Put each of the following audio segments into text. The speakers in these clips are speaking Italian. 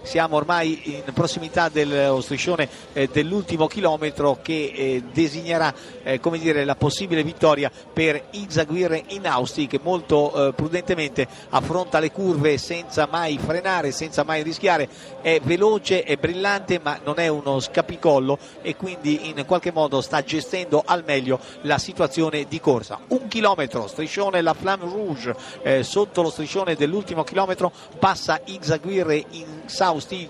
siamo ormai in prossimità dello striscione dell'ultimo chilometro che designerà come dire, la possibile vittoria per Izagirre Inausti, che molto prudentemente affronta le curve senza mai frenare, senza mai rischiare. È veloce, è brillante, ma non è uno scapicollo e quindi in qualche modo sta gestendo al meglio la situazione di corsa. 1 chilometro, striscione La Flamme Rouge, sotto lo striscione dell'ultimo chilometro passa Izagirre Inausti,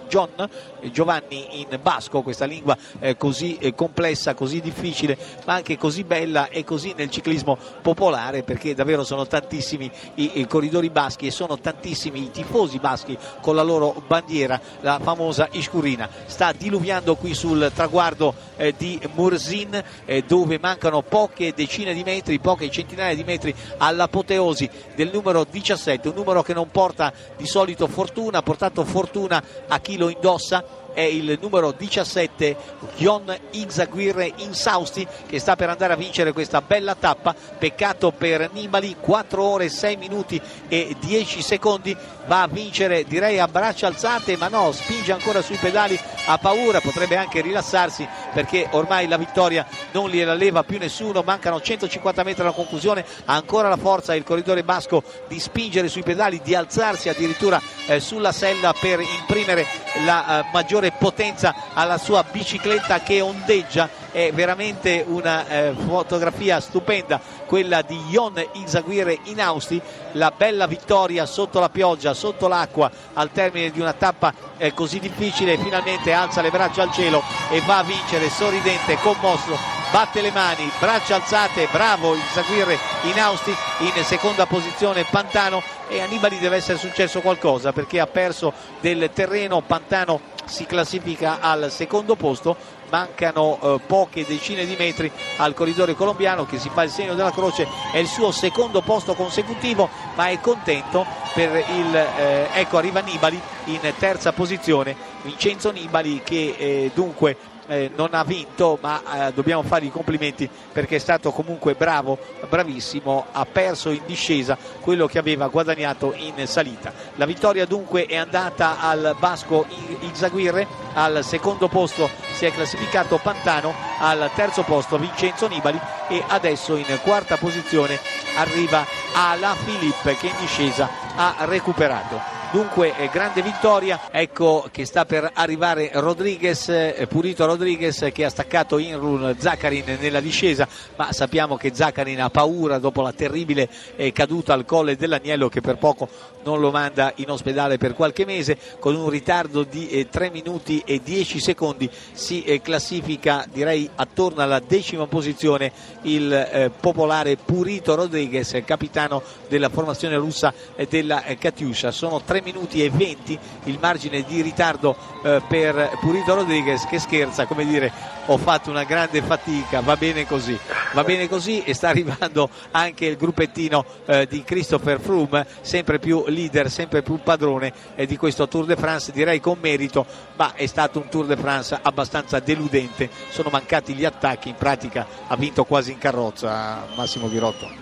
Giovanni in basco, questa lingua così complessa, così difficile, ma anche così bella e così nel ciclismo popolare, perché davvero sono tantissimi i corridori baschi e sono tantissimi i tifosi baschi con la loro bandiera, la famosa Iscurina. Sta diluviando qui sul traguardo di Murzin, dove mancano poche decine di metri, poche centinaia di metri all'apoteosi del numero 17, un numero che non porta di solito fortuna, ha portato fortuna a chi lo indossa. È il numero 17 Yon Izagirre Inausti, che sta per andare a vincere questa bella tappa. Peccato per Nibali, 4 ore 6 minuti e 10 secondi, va a vincere direi a braccia alzate, ma no, spinge ancora sui pedali, ha paura, potrebbe anche rilassarsi perché ormai la vittoria non gliela leva più nessuno, mancano 150 metri alla conclusione, ha ancora la forza il corridore basco di spingere sui pedali, di alzarsi addirittura sulla sella per imprimere la maggiore potenza alla sua bicicletta che ondeggia. È veramente una fotografia stupenda quella di Yon Izagirre Inausti, la bella vittoria sotto la pioggia, sotto l'acqua, al termine di una tappa così difficile. Finalmente alza le braccia al cielo e va a vincere sorridente, commosso, batte le mani, braccia alzate, bravo Izagirre Inausti. In seconda posizione Pantano, e a Nibali deve essere successo qualcosa perché ha perso del terreno. Pantano si classifica al secondo posto, mancano poche decine di metri al corridore colombiano che si fa il segno della croce, è il suo secondo posto consecutivo, ma è contento per ecco arriva Nibali in terza posizione, Vincenzo Nibali che dunque non ha vinto, ma dobbiamo fargli i complimenti perché è stato comunque bravo, bravissimo, ha perso in discesa quello che aveva guadagnato in salita. La vittoria dunque è andata al basco Izagirre, al secondo posto si è classificato Pantano, al terzo posto Vincenzo Nibali e adesso in quarta posizione arriva Alaphilippe che in discesa ha recuperato. Dunque grande vittoria, ecco che sta per arrivare Rodriguez, Purito Rodriguez, che ha staccato Imrun Zakarin nella discesa, ma sappiamo che Zakarin ha paura dopo la terribile caduta al Colle dell'Agnello che per poco non lo manda in ospedale per qualche mese. Con un ritardo di 3 minuti e 10 secondi si classifica direi attorno alla 10ª posizione il popolare Purito Rodriguez, capitano della formazione russa della Katyusha. Sono 3 minuti e 20 il margine di ritardo per Purito Rodriguez, che scherza, come dire ho fatto una grande fatica, va bene così e sta arrivando anche il gruppettino di Christopher Froome, sempre più leader, sempre più padrone di questo Tour de France, direi con merito, ma è stato un Tour de France abbastanza deludente, sono mancati gli attacchi, in pratica ha vinto quasi in carrozza Massimo Ghirotto.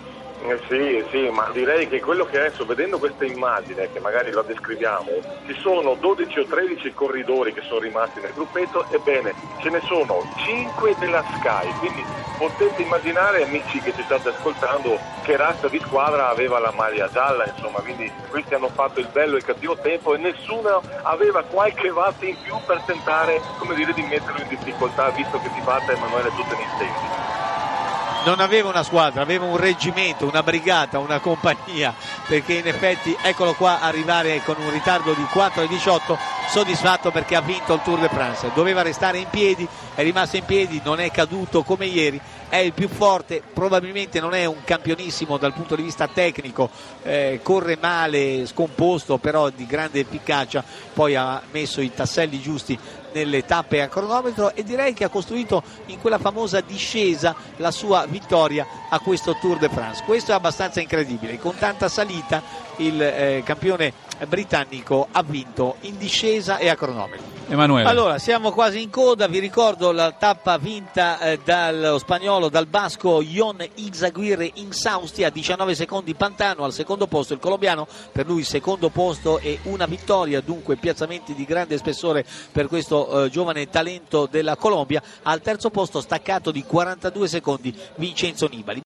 Sì, ma direi che quello che adesso, vedendo questa immagine, che magari la descriviamo, ci sono 12 o 13 corridori che sono rimasti nel gruppetto, ebbene ce ne sono 5 della Sky, quindi potete immaginare, amici che ci state ascoltando, che razza di squadra aveva la maglia gialla, insomma, quindi questi hanno fatto il bello e il cattivo tempo e nessuno aveva qualche watt in più per tentare, come dire, di metterlo in difficoltà, visto che si batte Emanuele Tuttenistesi. Non aveva una squadra, aveva un reggimento, una brigata, una compagnia, perché in effetti eccolo qua arrivare con un ritardo di 4:18, soddisfatto perché ha vinto il Tour de France. Doveva restare in piedi, è rimasto in piedi, non è caduto come ieri, è il più forte, probabilmente non è un campionissimo dal punto di vista tecnico, corre male, scomposto, però di grande efficacia, poi ha messo i tasselli giusti nelle tappe a cronometro e direi che ha costruito in quella famosa discesa la sua vittoria a questo Tour de France. Questo è abbastanza incredibile, con tanta salita il campione britannico ha vinto in discesa e a cronometro. Emanuele. Allora, siamo quasi in coda, vi ricordo la tappa vinta dallo spagnolo, dal basco Jon Izagirre Inzausti a 19 secondi Pantano, al secondo posto il colombiano, per lui secondo posto e una vittoria, dunque piazzamenti di grande spessore per questo giovane talento della Colombia. Al terzo posto staccato di 42 secondi Vincenzo Nibali.